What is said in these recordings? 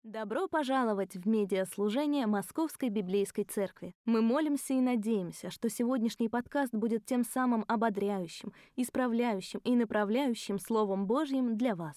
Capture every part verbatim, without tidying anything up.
Добро пожаловать в медиаслужение Московской Библейской Церкви. Мы молимся и надеемся, что сегодняшний подкаст будет тем самым ободряющим, исправляющим и направляющим Словом Божьим для вас.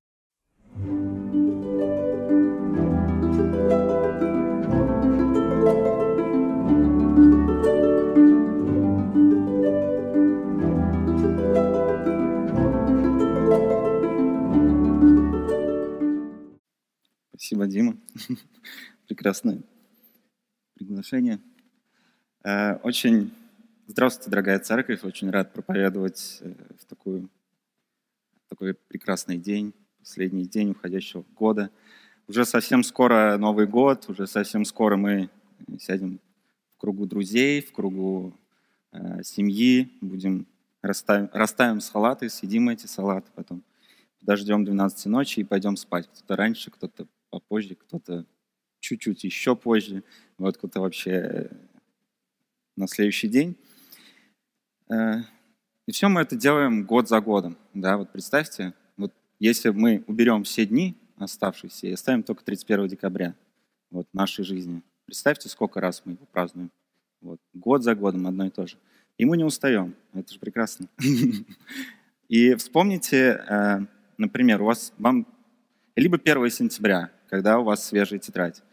Спасибо, Дима. Прекрасное приглашение. Очень здравствуйте, дорогая церковь. Очень рад проповедовать в такой, такой прекрасный день, последний день уходящего года. Уже совсем скоро Новый год, уже совсем скоро мы сядем в кругу друзей, в кругу э, семьи, будем расставим, расставим салаты, съедим эти салаты, потом подождем двенадцати ночи и пойдем спать. Кто-то раньше, кто-то попозже, кто-то чуть-чуть еще позже, вот кто-то вообще на следующий день. И все мы это делаем год за годом. Да? Вот представьте, вот если мы уберем все дни оставшиеся и оставим только тридцать первого декабря вот, нашей жизни, представьте, сколько раз мы его празднуем. Вот, год за годом одно и то же. И мы не устаем. Это же прекрасно. И вспомните, например, у вас вам либо первого сентября, когда у вас свежая тетрадь,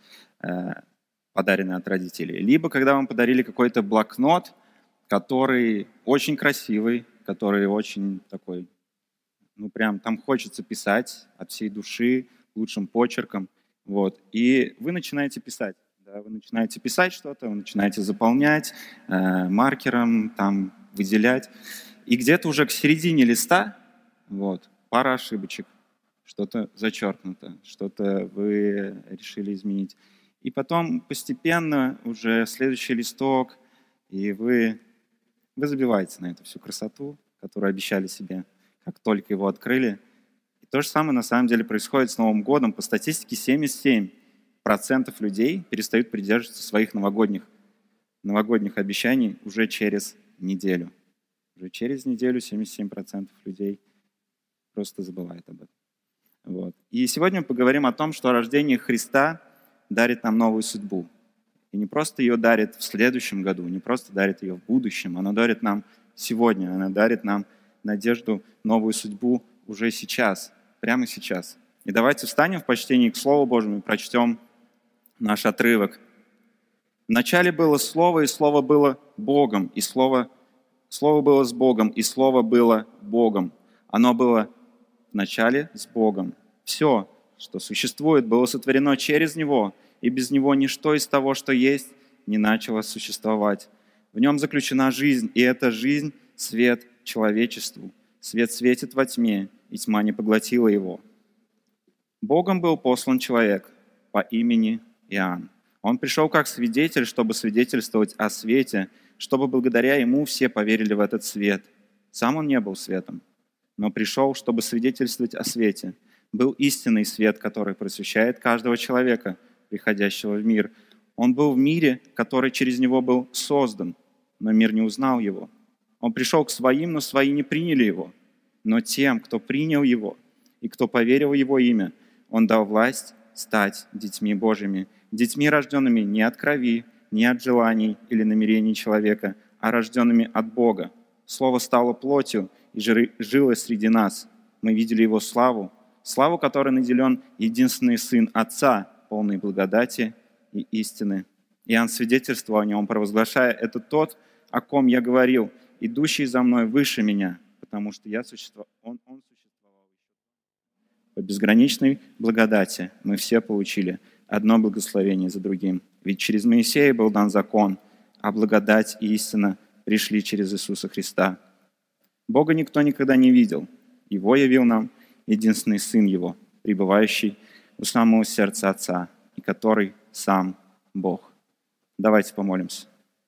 подаренная от родителей, либо когда вам подарили какой-то блокнот, который очень красивый, который очень такой, ну прям там хочется писать от всей души, лучшим почерком, вот, и вы начинаете писать, да, вы начинаете писать что-то, вы начинаете заполнять э, маркером, там выделять, и где-то уже к середине листа, вот, пара ошибочек, что-то зачеркнуто, что-то вы решили изменить. И потом постепенно уже следующий листок, и вы, вы забиваете на эту всю красоту, которую обещали себе, как только его открыли. И то же самое на самом деле происходит с Новым годом. По статистике семьдесят семь процентов людей перестают придерживаться своих новогодних, новогодних обещаний уже через неделю. Уже через неделю семьдесят семь процентов людей просто забывают об этом. Вот. И сегодня мы поговорим о том, что рождение Христа дарит нам новую судьбу. И не просто ее дарит в следующем году, не просто дарит ее в будущем, оно дарит нам сегодня, оно дарит нам надежду, новую судьбу уже сейчас, прямо сейчас. И давайте встанем в почтении к Слову Божьему и прочтем наш отрывок. Вначале было Слово, и Слово было Богом, и Слово, Слово было с Богом, и Слово было Богом. Оно было вначале с Богом. Все, что существует, было сотворено через Него, и без Него ничто из того, что есть, не начало существовать. В Нем заключена жизнь, и эта жизнь — свет человечеству. Свет светит во тьме, и тьма не поглотила его. Богом был послан человек по имени Иоанн. Он пришел как свидетель, чтобы свидетельствовать о свете, чтобы благодаря Ему все поверили в этот свет. Сам Он не был светом, но пришел, чтобы свидетельствовать о свете. Был истинный свет, который просвещает каждого человека, приходящего в мир. Он был в мире, который через Него был создан, но мир не узнал Его. Он пришел к своим, но свои не приняли Его. Но тем, кто принял Его и кто поверил в Его имя, Он дал власть стать детьми Божьими, детьми, рожденными не от крови, не от желаний или намерений человека, а рожденными от Бога. Слово стало плотью и жило среди нас. Мы видели Его славу, славу, которой наделен единственный Сын Отца, полной благодати и истины. Иоанн свидетельствовал о Нем, провозглашая: «Это тот, о ком я говорил, идущий за мной выше меня, потому что я существовал, он, он существовал». По безграничной благодати мы все получили одно благословение за другим. Ведь через Моисея был дан закон, а благодать и истина пришли через Иисуса Христа. Бога никто никогда не видел. Его явил нам единственный Сын Его, пребывающий у самого сердца Отца, и который сам Бог. Давайте помолимся.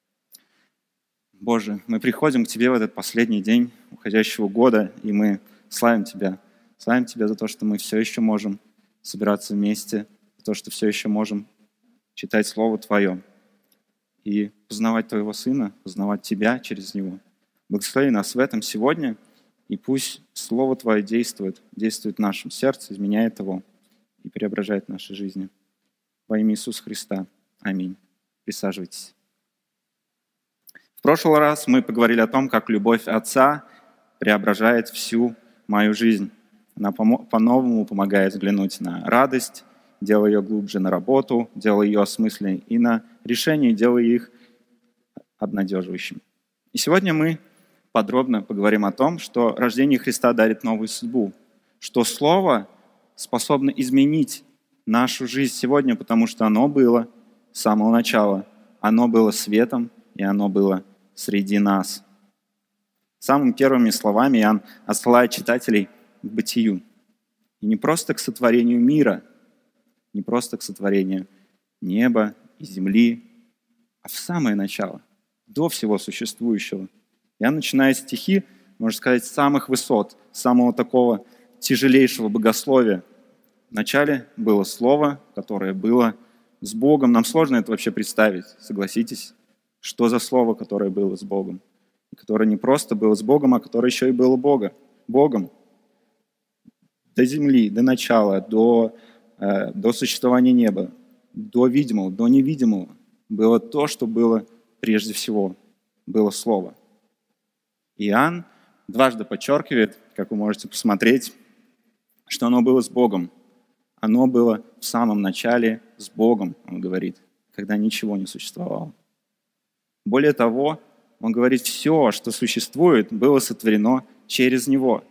Боже, мы приходим к Тебе в этот последний день уходящего года, и мы славим Тебя. Славим Тебя за то, что мы все еще можем собираться вместе, за то, что все еще можем читать Слово Твое и познавать Твоего Сына, познавать Тебя через Него. Благослови нас в этом сегодня, и пусть Слово Твое действует, действует в нашем сердце, изменяет его и преображает наши жизни. во имя Иисуса Христа. Аминь. Присаживайтесь. В прошлый раз мы поговорили о том, как любовь Отца преображает всю мою жизнь. Она по-новому помогает взглянуть на радость, делая ее глубже, на работу, делая ее осмысленней, и на решения, делая их обнадеживающими. И сегодня мы подробно поговорим о том, что рождение Христа дарит новую судьбу, что Слово способно изменить нашу жизнь сегодня, потому что оно было с самого начала, оно было светом, и оно было среди нас. Самыми первыми словами Иоанн отсылает читателей к бытию. И не просто к сотворению мира, не просто к сотворению неба и земли, а в самое начало, до всего существующего. Иоанн начинает стихи, можно сказать, с самых высот, самого такого тяжелейшего богословия. Вначале было Слово, которое было с Богом. Нам сложно это вообще представить, согласитесь? Что за Слово, которое было с Богом? Которое не просто было с Богом, а которое еще и было Бога, Богом. До земли, до начала, до, э, до существования неба, до видимого, до невидимого было то, что было прежде всего, было Слово. Иоанн дважды подчеркивает, как вы можете посмотреть, что оно было с Богом. Оно было в самом начале с Богом, он говорит, когда ничего не существовало. Более того, он говорит, все, что существует, было сотворено через Него.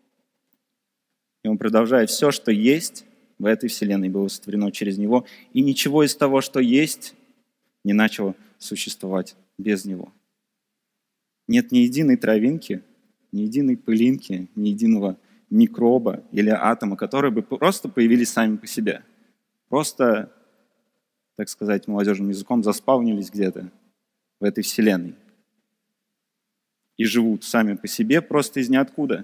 И он продолжает, все, что есть в этой вселенной, было сотворено через Него, и ничего из того, что есть, не начало существовать без Него. Нет ни единой травинки, ни единой пылинки, ни единого микроба или атома, которые бы просто появились сами по себе. Просто, так сказать, молодежным языком, заспавнились где-то в этой вселенной. И живут сами по себе просто из ниоткуда.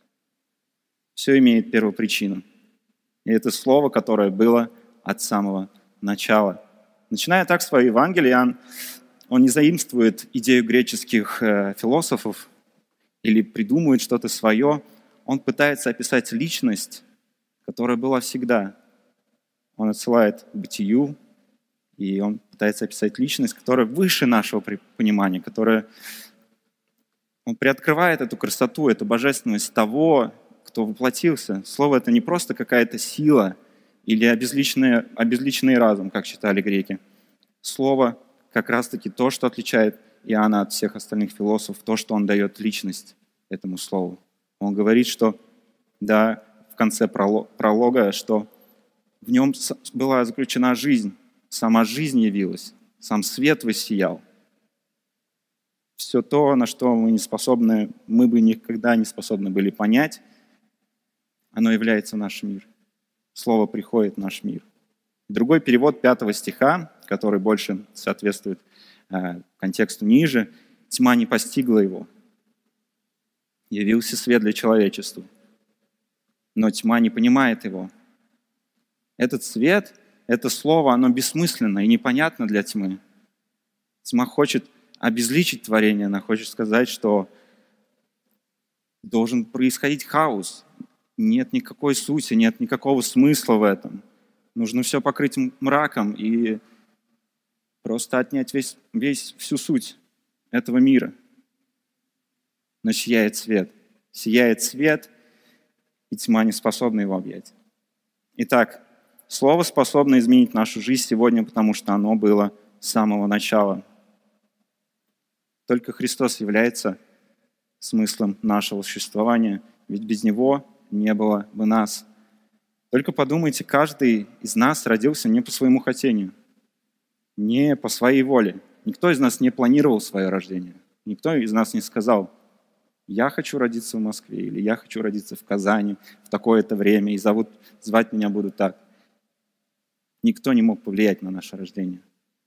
Все имеет первопричину. И это слово, которое было от самого начала. Начиная так свое Евангелие, Иоанн, он не заимствует идею греческих э, философов или придумывает что-то свое. Он пытается описать личность, которая была всегда. Он отсылает к бытию, и он пытается описать личность, которая выше нашего понимания, которая... Он приоткрывает эту красоту, эту божественность того, кто воплотился. Слово — это не просто какая-то сила или обезличенный, обезличенный разум, как считали греки. Слово как раз-таки то, что отличает Иоанна от всех остальных философов, то, что он дает личность этому слову. Он говорит, что, да, в конце пролога, что в нем была заключена жизнь, сама жизнь явилась, сам свет воссиял. Все то, на что мы не способны, мы бы никогда не способны были понять, оно является наш мир. Слово приходит в наш мир. Другой перевод пятого стиха, который больше соответствует э, контексту ниже, «Тьма не постигла его. Явился свет для человечества, но тьма не понимает его». Этот свет, это слово, оно бессмысленно и непонятно для тьмы. Тьма хочет обезличить творение, она хочет сказать, что должен происходить хаос. Нет никакой сути, нет никакого смысла в этом. Нужно все покрыть мраком и просто отнять весь, весь, всю суть этого мира. Но сияет свет. Сияет свет, и тьма не способна его объять. Итак, Слово способно изменить нашу жизнь сегодня, потому что оно было с самого начала. Только Христос является смыслом нашего существования, ведь без Него не было бы нас. Только подумайте, каждый из нас родился не по своему хотению, не по своей воле. Никто из нас не планировал свое рождение. Никто из нас не сказал, я хочу родиться в Москве, или я хочу родиться в Казани в такое-то время, и зовут, звать меня будут так. Никто не мог повлиять на наше рождение.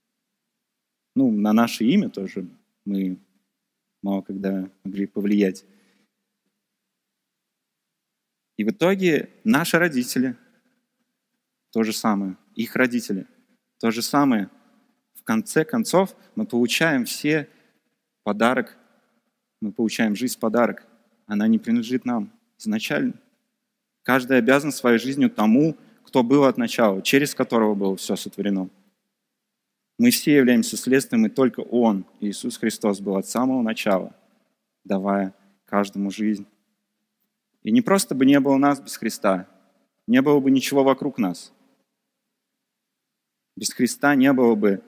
Ну, на наше имя тоже мы мало когда могли повлиять. И в итоге наши родители, то же самое, их родители, то же самое. В конце концов мы получаем все подарок, мы получаем жизнь в подарок. Она не принадлежит нам изначально. Каждый обязан своей жизнью тому, кто был от начала, через которого было все сотворено. Мы все являемся следствием, и только Он, Иисус Христос, был от самого начала, давая каждому жизнь. И не просто бы не было нас без Христа, не было бы ничего вокруг нас. Без Христа не было бы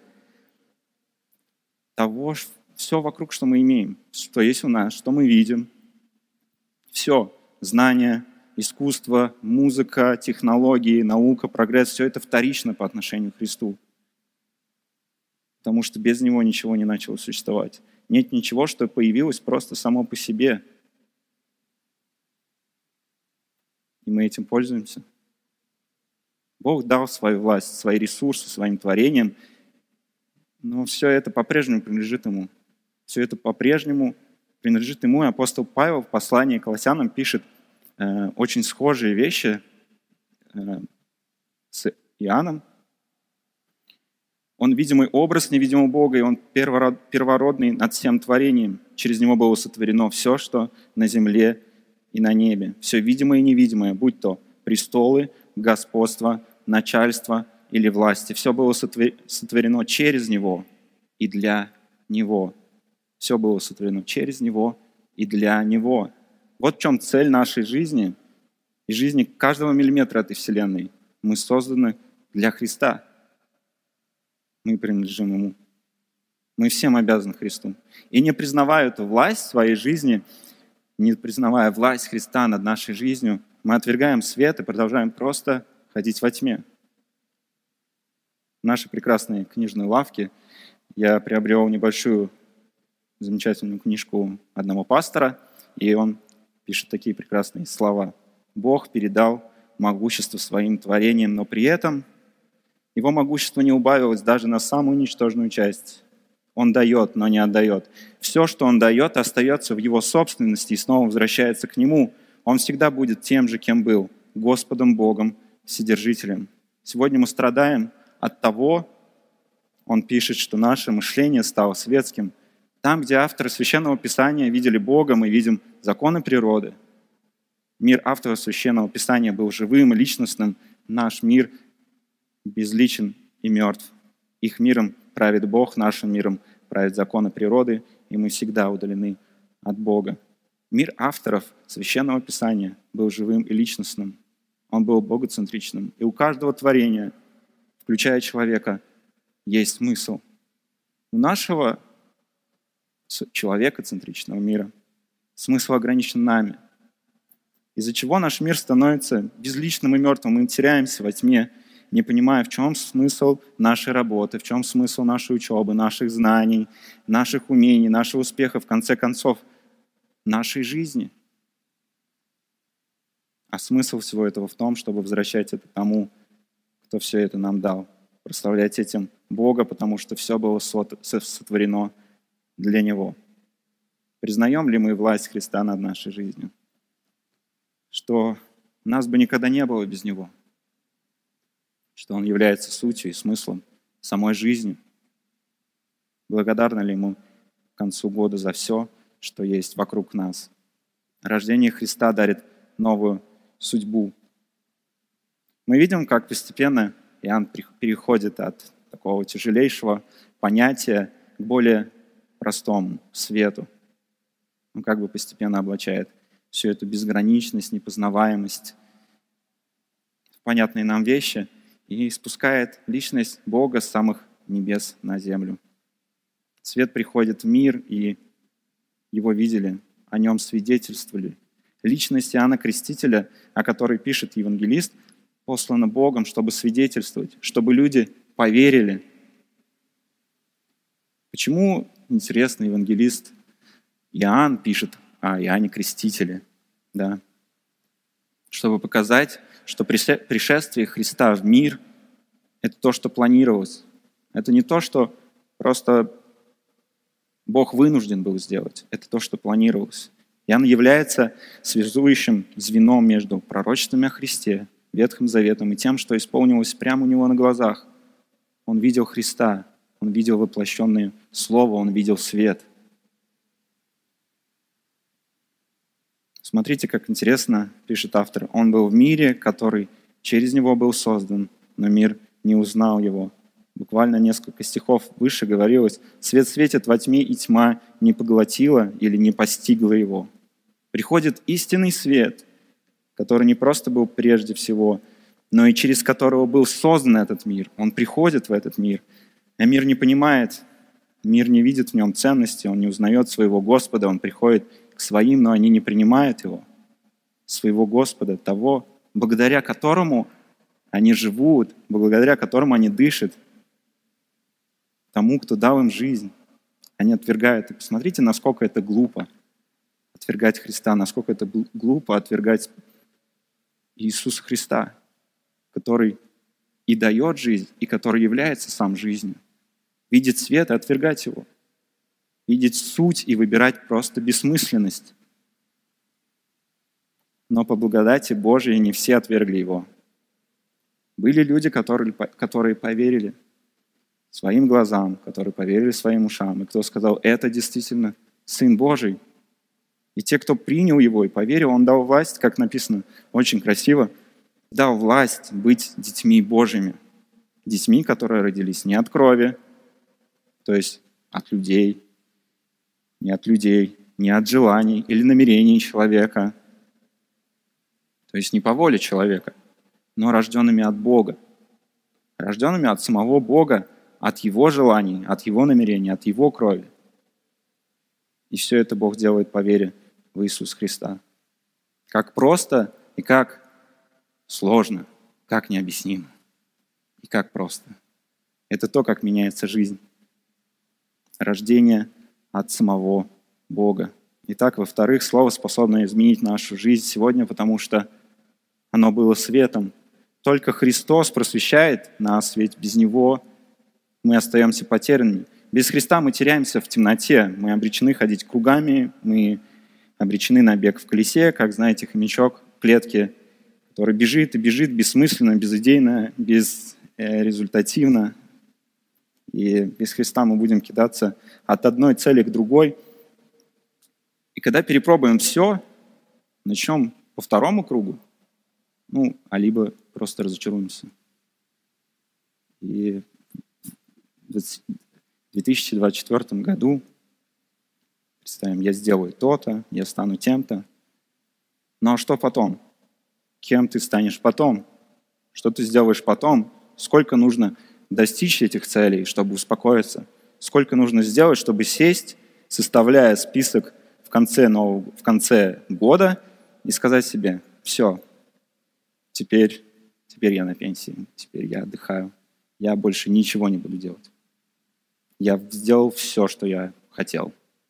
того, все вокруг, что мы имеем, что есть у нас, что мы видим. Все, знания, искусство, музыка, технологии, наука, прогресс, все это вторично по отношению к Христу. Потому что без Него ничего не начало существовать. Нет ничего, что появилось просто само по себе. И мы этим пользуемся. Бог дал свою власть, свои ресурсы своим творением, но все это по-прежнему принадлежит Ему. Все это по-прежнему принадлежит Ему. И апостол Павел в послании к Колоссянам пишет э, очень схожие вещи э, с Иоанном. Он видимый образ невидимого Бога, и Он первородный над всем творением. Через Него было сотворено все, что на земле и на небе. Все видимое и невидимое, будь то престолы, господство, начальство или власти. Все было сотворено через Него и для Него. Все было сотворено через Него и для Него. Вот в чем цель нашей жизни и жизни каждого миллиметра этой вселенной. Мы созданы для Христа. Мы принадлежим Ему. Мы всем обязаны Христу. И не признавая эту власть в своей жизни, не признавая власть Христа над нашей жизнью, мы отвергаем свет и продолжаем просто ходить во тьме. В нашей прекрасной книжной лавке я приобрел небольшую замечательную книжку одного пастора, и он пишет такие прекрасные слова. «Бог передал могущество своим творениям, но при этом Его могущество не убавилось даже на самую ничтожную часть. Он дает, но не отдает. Все, что Он дает, остается в Его собственности и снова возвращается к Нему. Он всегда будет тем же, кем был, Господом Богом, Вседержителем. Сегодня мы страдаем от того, он пишет, что наше мышление стало светским. Там, где авторы Священного Писания видели Бога, мы видим законы природы. Мир авторов Священного Писания был живым и личностным. Наш мир безличен и мертв. Их миром правит Бог, нашим миром правят законы природы, и мы всегда удалены от Бога. Мир авторов Священного Писания был живым и личностным. Он был богоцентричным. И у каждого творения, включая человека, есть смысл. У нашего человекоцентричного мира смысл ограничен нами. Из-за чего наш мир становится безличным и мертвым. Мы теряемся во тьме, не понимая, в чем смысл нашей работы, в чем смысл нашей учебы, наших знаний, наших умений, нашего успеха, в конце концов, нашей жизни. А смысл всего этого в том, чтобы возвращать это тому, кто все это нам дал. Прославлять этим Бога, потому что все было сотворено для Него. Признаем ли мы власть Христа над нашей жизнью? Что нас бы никогда не было без Него. Что Он является сутью и смыслом самой жизни. Благодарны ли мы к концу года за все, что есть вокруг нас? Рождение Христа дарит новую судьбу. Мы видим, как постепенно Иоанн переходит от такого тяжелейшего понятия к более простому свету. Он как бы постепенно облачает всю эту безграничность, непознаваемость в понятные нам вещи и спускает личность Бога с самых небес на землю. Свет приходит в мир, и его видели, о нем свидетельствовали. Личность Иоанна Крестителя, о которой пишет евангелист, послана Богом, чтобы свидетельствовать, чтобы люди поверили. Почему, интересно, евангелист Иоанн пишет о Иоанне Крестителе? Да? Чтобы показать, что пришествие Христа в мир – это то, что планировалось. Это не то, что просто Бог вынужден был сделать. Это то, что планировалось. Иоанн является связующим звеном между пророчествами о Христе, Ветхим Заветом и тем, что исполнилось прямо у него на глазах. Он видел Христа, он видел воплощенное Слово, он видел свет. Смотрите, как интересно пишет автор. Он был в мире, который через Него был создан, но мир не узнал Его». Буквально несколько стихов выше говорилось: «Свет светит во тьме, и тьма не поглотила или не постигла его». Приходит истинный свет, который не просто был прежде всего, но и через которого был создан этот мир. Он приходит в этот мир, а мир не понимает, мир не видит в нем ценности, он не узнает своего Господа, он приходит к своим, но они не принимают его, своего Господа, того, благодаря которому они живут, благодаря которому они дышат, тому, кто дал им жизнь. Они отвергают. И посмотрите, насколько это глупо отвергать Христа, насколько это глупо отвергать Иисуса Христа, который и дает жизнь, и который является сам жизнью. Видеть свет и отвергать его. Видеть суть и выбирать просто бессмысленность. Но по благодати Божией не все отвергли его. Были люди, которые, которые поверили своим глазам, которые поверили своим ушам, и кто сказал: это действительно Сын Божий. И те, кто принял Его и поверил, Он дал власть, как написано очень красиво, дал власть быть детьми Божьими. Детьми, которые родились не от крови, то есть от людей, не от людей, не от желаний или намерений человека, то есть не по воле человека, но рожденными от Бога, рожденными от самого Бога, от Его желаний, от Его намерений, от Его крови. И все это Бог делает по вере в Иисуса Христа. Как просто и как сложно, как необъяснимо и как просто. Это то, как меняется жизнь. Рождение от самого Бога. Итак, во-вторых, Слово способно изменить нашу жизнь сегодня, потому что оно было светом. Только Христос просвещает нас, ведь без Него мы остаемся потерянными. Без Христа мы теряемся в темноте, мы обречены ходить кругами, мы обречены на бег в колесе, как, знаете, хомячок в клетке, который бежит и бежит бессмысленно, безидейно, безрезультативно. И без Христа мы будем кидаться от одной цели к другой. И когда перепробуем все, начнем по второму кругу, ну, а либо просто разочаруемся. И в две тысячи двадцать четвёртом году, представим, я сделаю то-то, я стану тем-то. Ну а что потом? Кем ты станешь потом? Что ты сделаешь потом? Сколько нужно достичь этих целей, чтобы успокоиться? Сколько нужно сделать, чтобы сесть, составляя список в конце, нового, в конце года и сказать себе: все, теперь, теперь я на пенсии, теперь я отдыхаю, я больше ничего не буду делать. Я сделал все, что я хотел.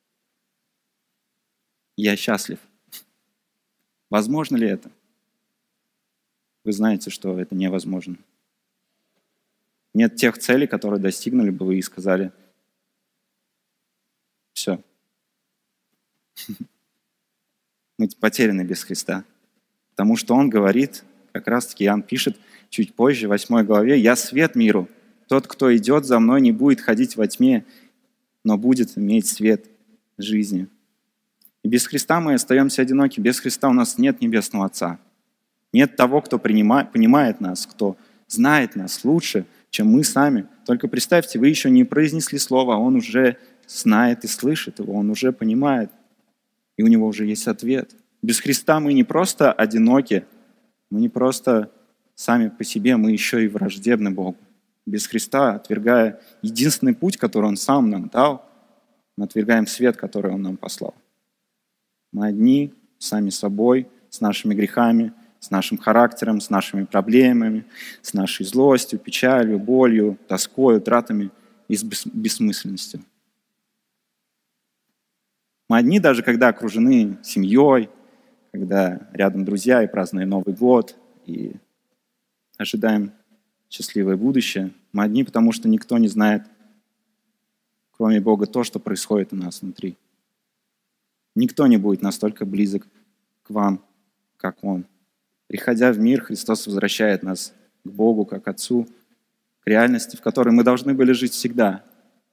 Я счастлив. Возможно ли это? Вы знаете, что это невозможно. Нет тех целей, которые достигнули бы вы и сказали: все. Мы потеряны без Христа. Потому что Он говорит, как раз-таки Иоанн пишет чуть позже, в восьмой главе: «Я свет миру. Тот, кто идет за мной, не будет ходить во тьме, но будет иметь свет жизни». И без Христа мы остаемся одиноки. Без Христа у нас нет Небесного Отца. Нет того, кто принимает, понимает нас, кто знает нас лучше, чем мы сами. Только представьте, вы еще не произнесли слово, а Он уже знает и слышит его, Он уже понимает, и у Него уже есть ответ. Без Христа мы не просто одиноки, мы не просто сами по себе, мы еще и враждебны Богу. Без Христа, отвергая единственный путь, который Он сам нам дал, мы отвергаем свет, который Он нам послал. Мы одни, сами собой, с нашими грехами, с нашим характером, с нашими проблемами, с нашей злостью, печалью, болью, тоской, утратами и с бессмысленностью. Мы одни, даже когда окружены семьей, когда рядом друзья и празднуем Новый год, и ожидаем счастливое будущее. Мы одни, потому что никто не знает, кроме Бога, то, что происходит у нас внутри. Никто не будет настолько близок к вам, как Он. Приходя в мир, Христос возвращает нас к Богу, как Отцу, к реальности, в которой мы должны были жить всегда.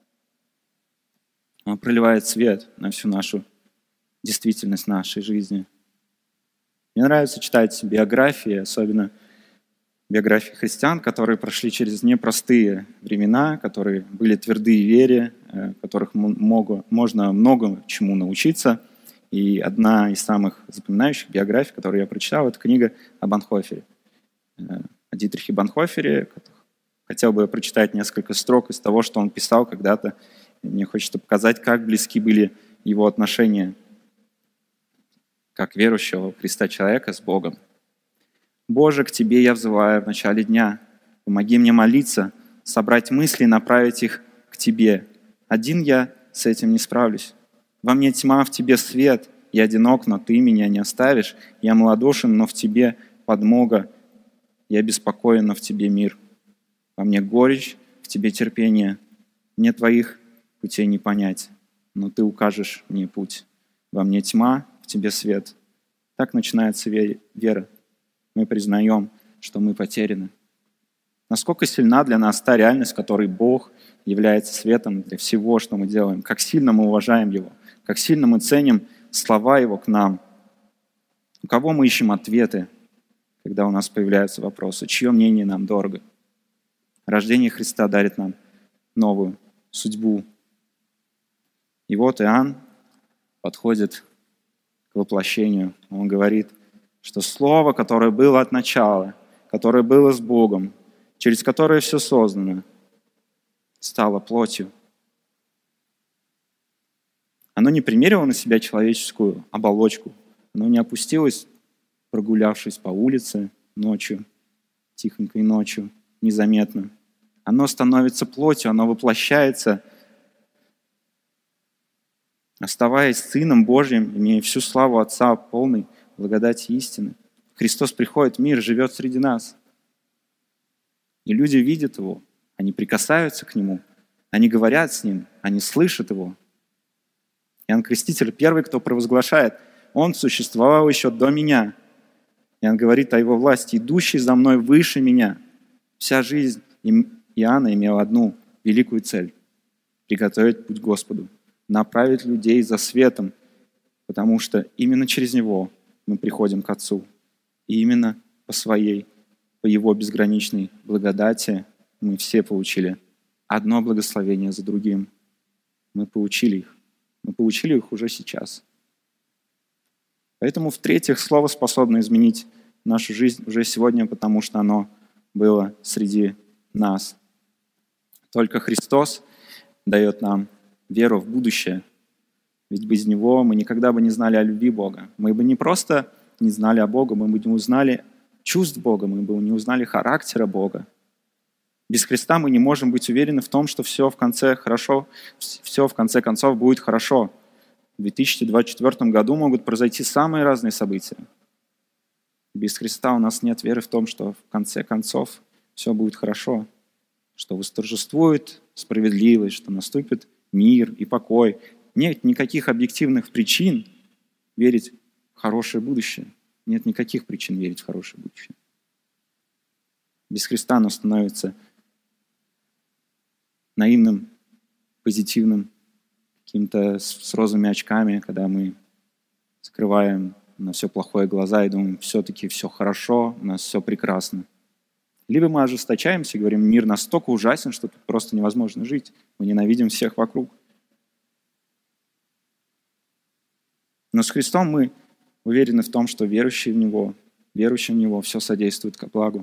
Он проливает свет на всю нашу действительность нашей жизни. Мне нравится читать биографии, особенно биографии христиан, которые прошли через непростые времена, которые были тверды в вере, в которых много, можно много чему научиться. И одна из самых запоминающих биографий, которую я прочитал, это книга о Бонхофере. О Дитрихе Бонхофере. Хотел бы прочитать несколько строк из того, что он писал когда-то. Мне хочется показать, как близки были его отношения как верующего в Христа человека с Богом. «Боже, к Тебе я взываю в начале дня. Помоги мне молиться, собрать мысли и направить их к Тебе. Один я с этим не справлюсь. Во мне тьма, в Тебе свет. Я одинок, но Ты меня не оставишь. Я малодушен, но в Тебе подмога. Я беспокоен, но в Тебе мир. Во мне горечь, в Тебе терпение. Мне Твоих путей не понять, но Ты укажешь мне путь. Во мне тьма, в Тебе свет». Так начинается вера. Мы признаем, что мы потеряны. Насколько сильна для нас та реальность, в которой Бог является светом для всего, что мы делаем. Как сильно мы уважаем Его. Как сильно мы ценим слова Его к нам. У кого мы ищем ответы, когда у нас появляются вопросы? Чье мнение нам дорого? Рождение Христа дарит нам новую судьбу. И вот Иоанн подходит к воплощению. Он говорит, что Слово, которое было от начала, которое было с Богом, через которое все создано, стало плотью. Оно не примерило на себя человеческую оболочку, оно не опустилось, прогулявшись по улице ночью, тихонькой ночью, незаметно. Оно становится плотью, оно воплощается, оставаясь Сыном Божьим, имея всю славу Отца полной благодати и истины. Христос приходит в мир, живет среди нас. И люди видят Его, они прикасаются к Нему, они говорят с Ним, они слышат Его. Иоанн Креститель первый, кто провозглашает, Он существовал еще до меня. Иоанн говорит о Его власти, идущий за мной выше меня. Вся жизнь Иоанна имела одну великую цель – приготовить путь Господу, направить людей за светом, потому что именно через Него мы приходим к Отцу. И именно по своей, по Его безграничной благодати мы все получили одно благословение за другим. Мы получили их. Мы получили их уже сейчас. Поэтому, в-третьих, Слово способно изменить нашу жизнь уже сегодня, потому что оно было среди нас. Только Христос дает нам веру в будущее. Ведь без Него мы никогда бы не знали о любви Бога. Мы бы не просто не знали о Боге, мы бы не узнали чувств Бога, мы бы не узнали характера Бога. Без Христа мы не можем быть уверены в том, что все в конце хорошо, все в конце концов будет хорошо. В две тысячи двадцать четвёртом году могут произойти самые разные события. Без Христа у нас нет веры в том, что в конце концов все будет хорошо, что восторжествует справедливость, что наступит мир и покой. Нет никаких объективных причин верить в хорошее будущее. Нет никаких причин верить в хорошее будущее. Без Христа оно становится наивным, позитивным, каким-то с розовыми очками, когда мы закрываем на все плохое глаза и думаем, все-таки все хорошо, у нас все прекрасно. Либо мы ожесточаемся и говорим, мир настолько ужасен, что тут просто невозможно жить. Мы ненавидим всех вокруг. Но с Христом мы уверены в том, что верующие в Него, верующим в Него все содействует ко благу.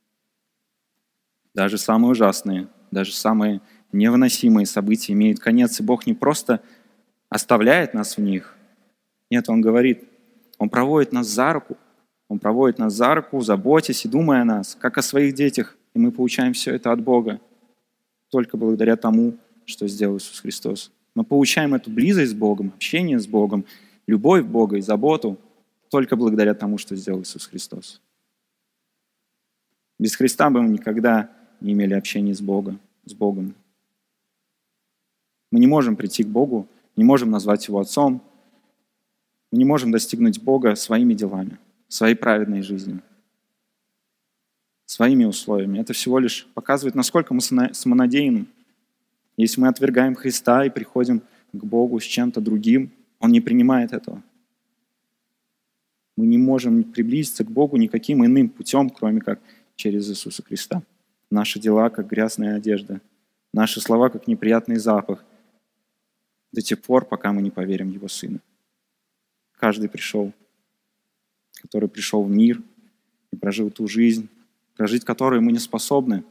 Даже самые ужасные, даже самые невыносимые события имеют конец, и Бог не просто оставляет нас в них. Нет, Он говорит, Он проводит нас за руку, Он проводит нас за руку, заботясь и думая о нас, как о своих детях, и мы получаем все это от Бога только благодаря тому, что сделал Иисус Христос. Мы получаем эту близость с Богом, общение с Богом, любовь Бога и заботу только благодаря тому, что сделал Иисус Христос. Без Христа бы мы никогда не имели общения с Богом, с Богом. Мы не можем прийти к Богу, не можем назвать Его Отцом, мы не можем достигнуть Бога своими делами, своей праведной жизнью, своими условиями. Это всего лишь показывает, насколько мы самонадеянны. Если мы отвергаем Христа и приходим к Богу с чем-то другим, Он не принимает этого. Мы не можем приблизиться к Богу никаким иным путем, кроме как через Иисуса Христа. Наши дела, как грязная одежда. Наши слова, как неприятный запах. До тех пор, пока мы не поверим в Его Сына. Каждый пришел, который пришел в мир и прожил ту жизнь, прожить которую мы не способны,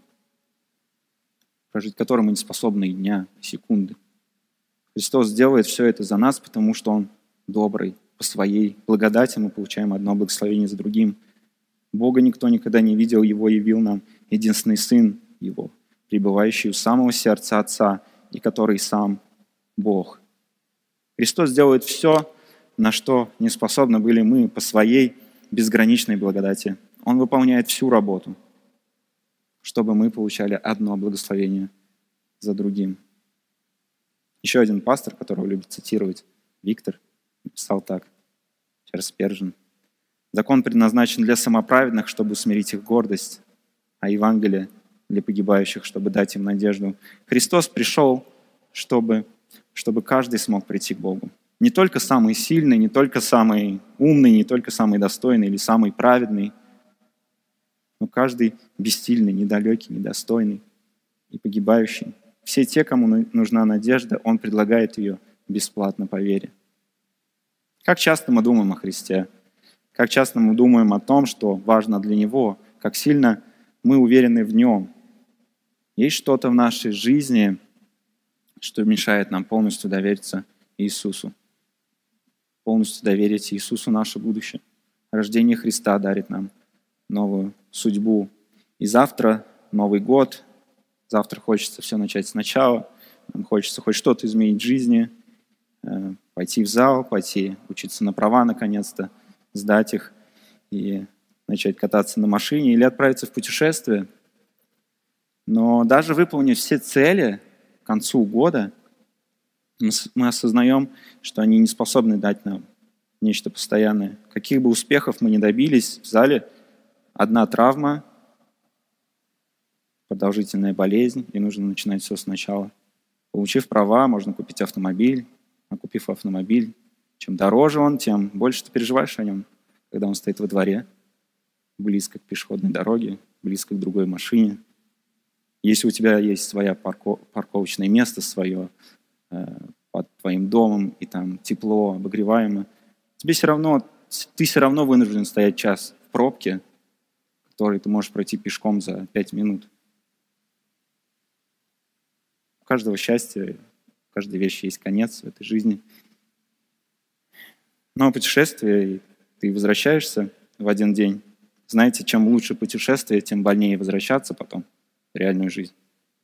прожить которую мы не способны и дня, и секунды. Христос делает все это за нас, потому что Он добрый. По своей благодати мы получаем одно благословение за другим. Бога никто никогда не видел, Его явил нам единственный Сын Его, пребывающий у самого сердца Отца, и который сам Бог. Христос делает все, на что не способны были мы по своей безграничной благодати. Он выполняет всю работу, чтобы мы получали одно благословение за другим. Еще один пастор, которого любит цитировать, Виктор, написал так, Чарльз Спержен. «Закон предназначен для самоправедных, чтобы усмирить их гордость, а Евангелие для погибающих, чтобы дать им надежду. Христос пришел, чтобы, чтобы каждый смог прийти к Богу. Не только самый сильный, не только самый умный, не только самый достойный или самый праведный, но каждый бессильный, недалекий, недостойный и погибающий. Все те, кому нужна надежда, Он предлагает ее бесплатно по вере». Как часто мы думаем о Христе? Как часто мы думаем о том, что важно для Него? Как сильно мы уверены в Нем? Есть что-то в нашей жизни, что мешает нам полностью довериться Иисусу? Полностью доверить Иисусу наше будущее. Рождение Христа дарит нам новую судьбу. И завтра Новый год. Завтра хочется все начать сначала. Нам хочется хоть что-то изменить в жизни. Пойти в зал, пойти учиться на права наконец-то, сдать их и начать кататься на машине или отправиться в путешествие. Но даже выполнив все цели к концу года, мы осознаем, что они не способны дать нам нечто постоянное. Каких бы успехов мы ни добились в зале, одна травма, продолжительная болезнь, и нужно начинать все сначала. Получив права, можно купить автомобиль. А купив автомобиль, чем дороже он, тем больше ты переживаешь о нем, когда он стоит во дворе, близко к пешеходной дороге, близко к другой машине. Если у тебя есть своя парко- парковочное место свое э, под твоим домом, и там тепло, обогреваемо, тебе все равно, ты все равно вынужден стоять час в пробке, который ты можешь пройти пешком за пять минут. У каждого счастья, у каждой вещи есть конец в этой жизни. Но путешествие, ты возвращаешься в один день. Знаете, чем лучше путешествие, тем больнее возвращаться потом в реальную жизнь.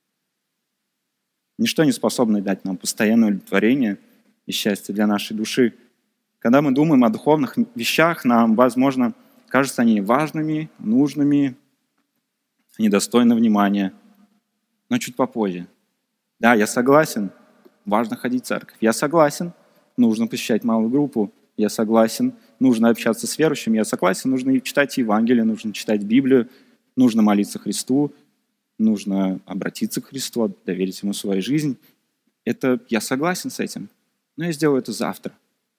Ничто не способно дать нам постоянное удовлетворение и счастье для нашей души. Когда мы думаем о духовных вещах, нам, возможно, кажутся они важными, нужными, они достойны внимания. Но чуть попозже. Да, я согласен, важно ходить в церковь. Я согласен, нужно посещать малую группу. Я согласен, нужно общаться с верующими. Я согласен, нужно читать Евангелие, нужно читать Библию, нужно молиться Христу, нужно обратиться к Христу, доверить Ему свою жизнь. Это я согласен с этим, но я сделаю это завтра.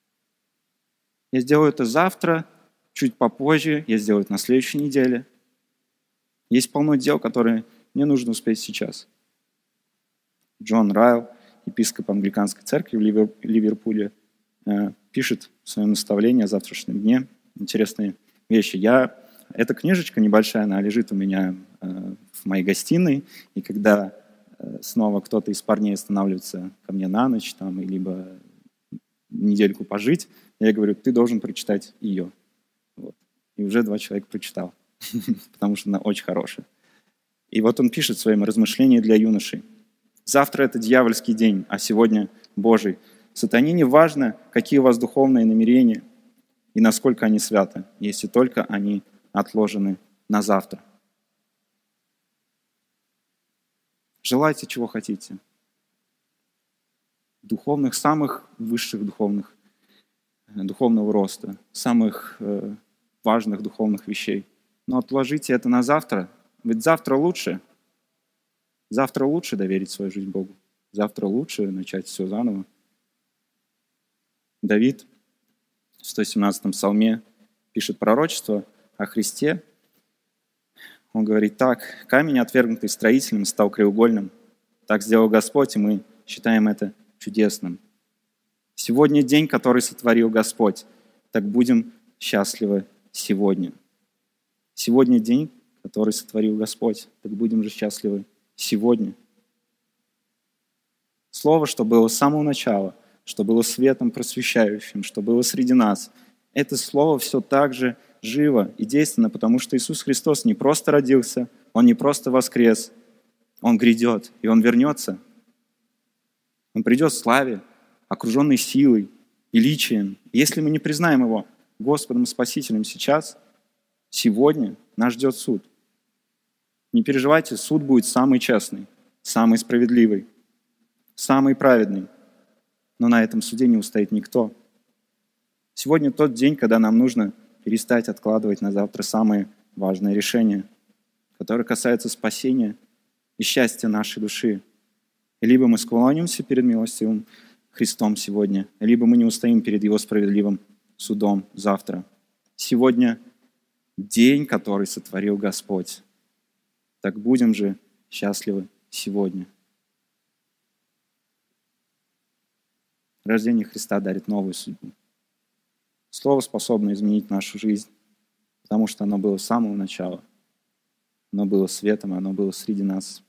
Я сделаю это завтра, чуть попозже, я сделаю это на следующей неделе. Есть полно дел, которые мне нужно успеть сейчас. Джон Райл, епископ англиканской церкви в Ливерпуле, пишет в своем наставлении о завтрашнем дне интересные вещи. Я, эта книжечка небольшая, она лежит у меня в моей гостиной, и когда снова кто-то из парней останавливается ко мне на ночь, там, либо недельку пожить, я говорю, ты должен прочитать ее. Вот. И уже два человека прочитал, потому что она очень хорошая. И вот он пишет в своем размышлении для юношей. Завтра это дьявольский день, а сегодня Божий. Сатане не важно, какие у вас духовные намерения и насколько они святы, если только они отложены на завтра. Желайте, чего хотите. Духовных, самых высших духовных, духовного роста, самых э, важных духовных вещей. Но отложите это на завтра, ведь завтра лучше. Завтра лучше доверить свою жизнь Богу. Завтра лучше начать все заново. Давид в сто семнадцатом псалме пишет пророчество о Христе. Он говорит так: камень, отвергнутый строителем, стал краеугольным. Так сделал Господь, и мы считаем это чудесным. Сегодня день, который сотворил Господь. Так будем счастливы сегодня. Сегодня день, который сотворил Господь. Так будем же счастливы сегодня. Слово, что было с самого начала, что было светом просвещающим, что было среди нас, это слово все так же живо и действенно, потому что Иисус Христос не просто родился, Он не просто воскрес, Он грядет, и Он вернется. Он придет в славе, окруженный силой, величием. Если мы не признаем Его Господом и Спасителем сейчас, сегодня нас ждет суд. Не переживайте, суд будет самый честный, самый справедливый, самый праведный. Но на этом суде не устоит никто. Сегодня тот день, когда нам нужно перестать откладывать на завтра самые важные решения, которые касаются спасения и счастья нашей души. И либо мы склонимся перед милостивым Христом сегодня, либо мы не устоим перед Его справедливым судом завтра. Сегодня день, который сотворил Господь. Так будем же счастливы сегодня. Рождение Христа дарит новую судьбу. Слово способно изменить нашу жизнь, потому что оно было с самого начала. Оно было светом, оно было среди нас.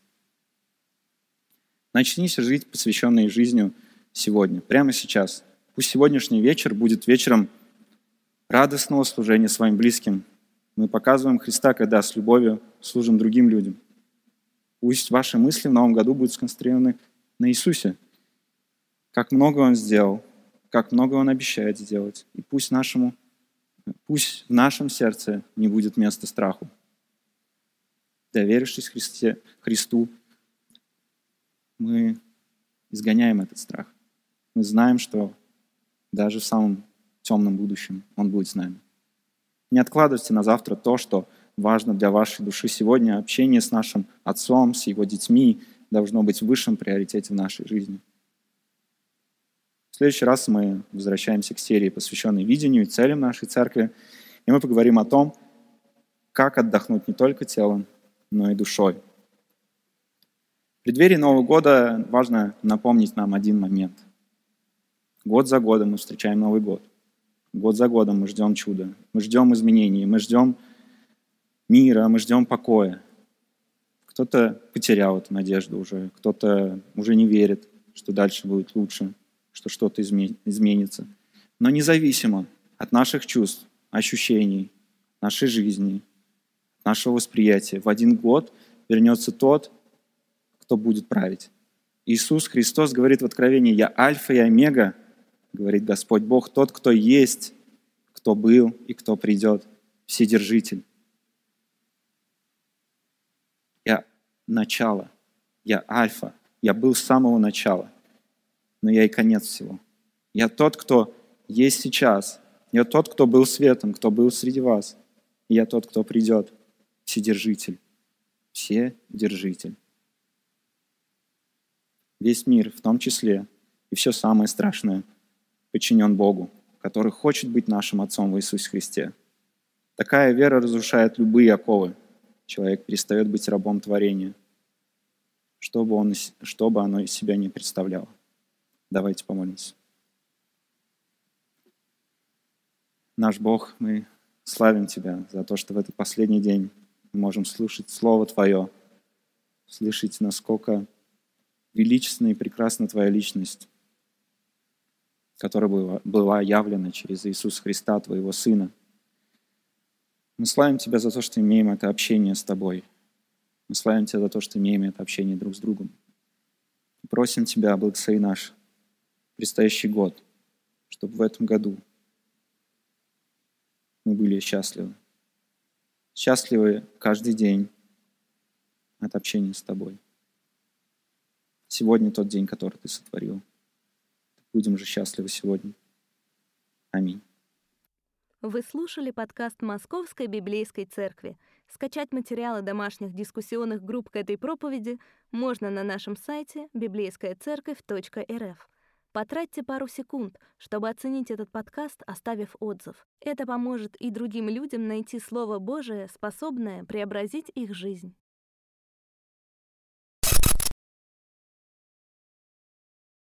Начните жить посвященной жизнью сегодня, прямо сейчас. Пусть сегодняшний вечер будет вечером радостного служения своим близким. Мы показываем Христа, когда с любовью служим другим людям. Пусть ваши мысли в новом году будут сконцентрированы на Иисусе. Как много Он сделал, как много Он обещает сделать. И пусть, нашему, пусть в нашем сердце не будет места страху. Доверившись Христе, Христу, мы изгоняем этот страх. Мы знаем, что даже в самом темном будущем Он будет с нами. Не откладывайте на завтра то, что важно для вашей души сегодня. Общение с нашим Отцом, с Его детьми должно быть в высшем приоритете в нашей жизни. В следующий раз мы возвращаемся к серии, посвященной видению и целям нашей церкви, и мы поговорим о том, как отдохнуть не только телом, но и душой. В преддверии Нового года важно напомнить нам один момент. Год за годом мы встречаем Новый год. Год за годом мы ждем чуда, мы ждем изменений, мы ждем мира, мы ждем покоя. Кто-то потерял эту надежду уже, кто-то уже не верит, что дальше будет лучше, что что-то изменится. Но независимо от наших чувств, ощущений, нашей жизни, нашего восприятия, в один год вернется тот, кто будет править. Иисус Христос говорит в Откровении: «Я Альфа и Омега», говорит Господь Бог, тот, кто есть, кто был и кто придет, Вседержитель. Я начало, я Альфа, я был с самого начала, но я и конец всего. Я тот, кто есть сейчас, я тот, кто был светом, кто был среди вас, и я тот, кто придет, Вседержитель, Вседержитель. Весь мир, в том числе, и все самое страшное, подчинен Богу, который хочет быть нашим Отцом в Иисусе Христе. Такая вера разрушает любые оковы. Человек перестает быть рабом творения, что бы, он, что бы оно из себя не представляло. Давайте помолимся. Наш Бог, мы славим Тебя за то, что в этот последний день мы можем слушать Слово Твое, слышать, насколько величественна и прекрасна Твоя личность, которая была, была явлена через Иисуса Христа, Твоего Сына. Мы славим Тебя за то, что имеем это общение с Тобой. Мы славим Тебя за то, что имеем это общение друг с другом. И просим Тебя, благослови наш предстоящий год, чтобы в этом году мы были счастливы. Счастливы каждый день от общения с Тобой. Сегодня тот день, который Ты сотворил. Будем же счастливы сегодня. Аминь. Вы слушали подкаст Московской Библейской Церкви. Скачать материалы домашних дискуссионных групп к этой проповеди можно на нашем сайте библейская церковь точка эр эф. Потратьте пару секунд, чтобы оценить этот подкаст, оставив отзыв. Это поможет и другим людям найти Слово Божие, способное преобразить их жизнь.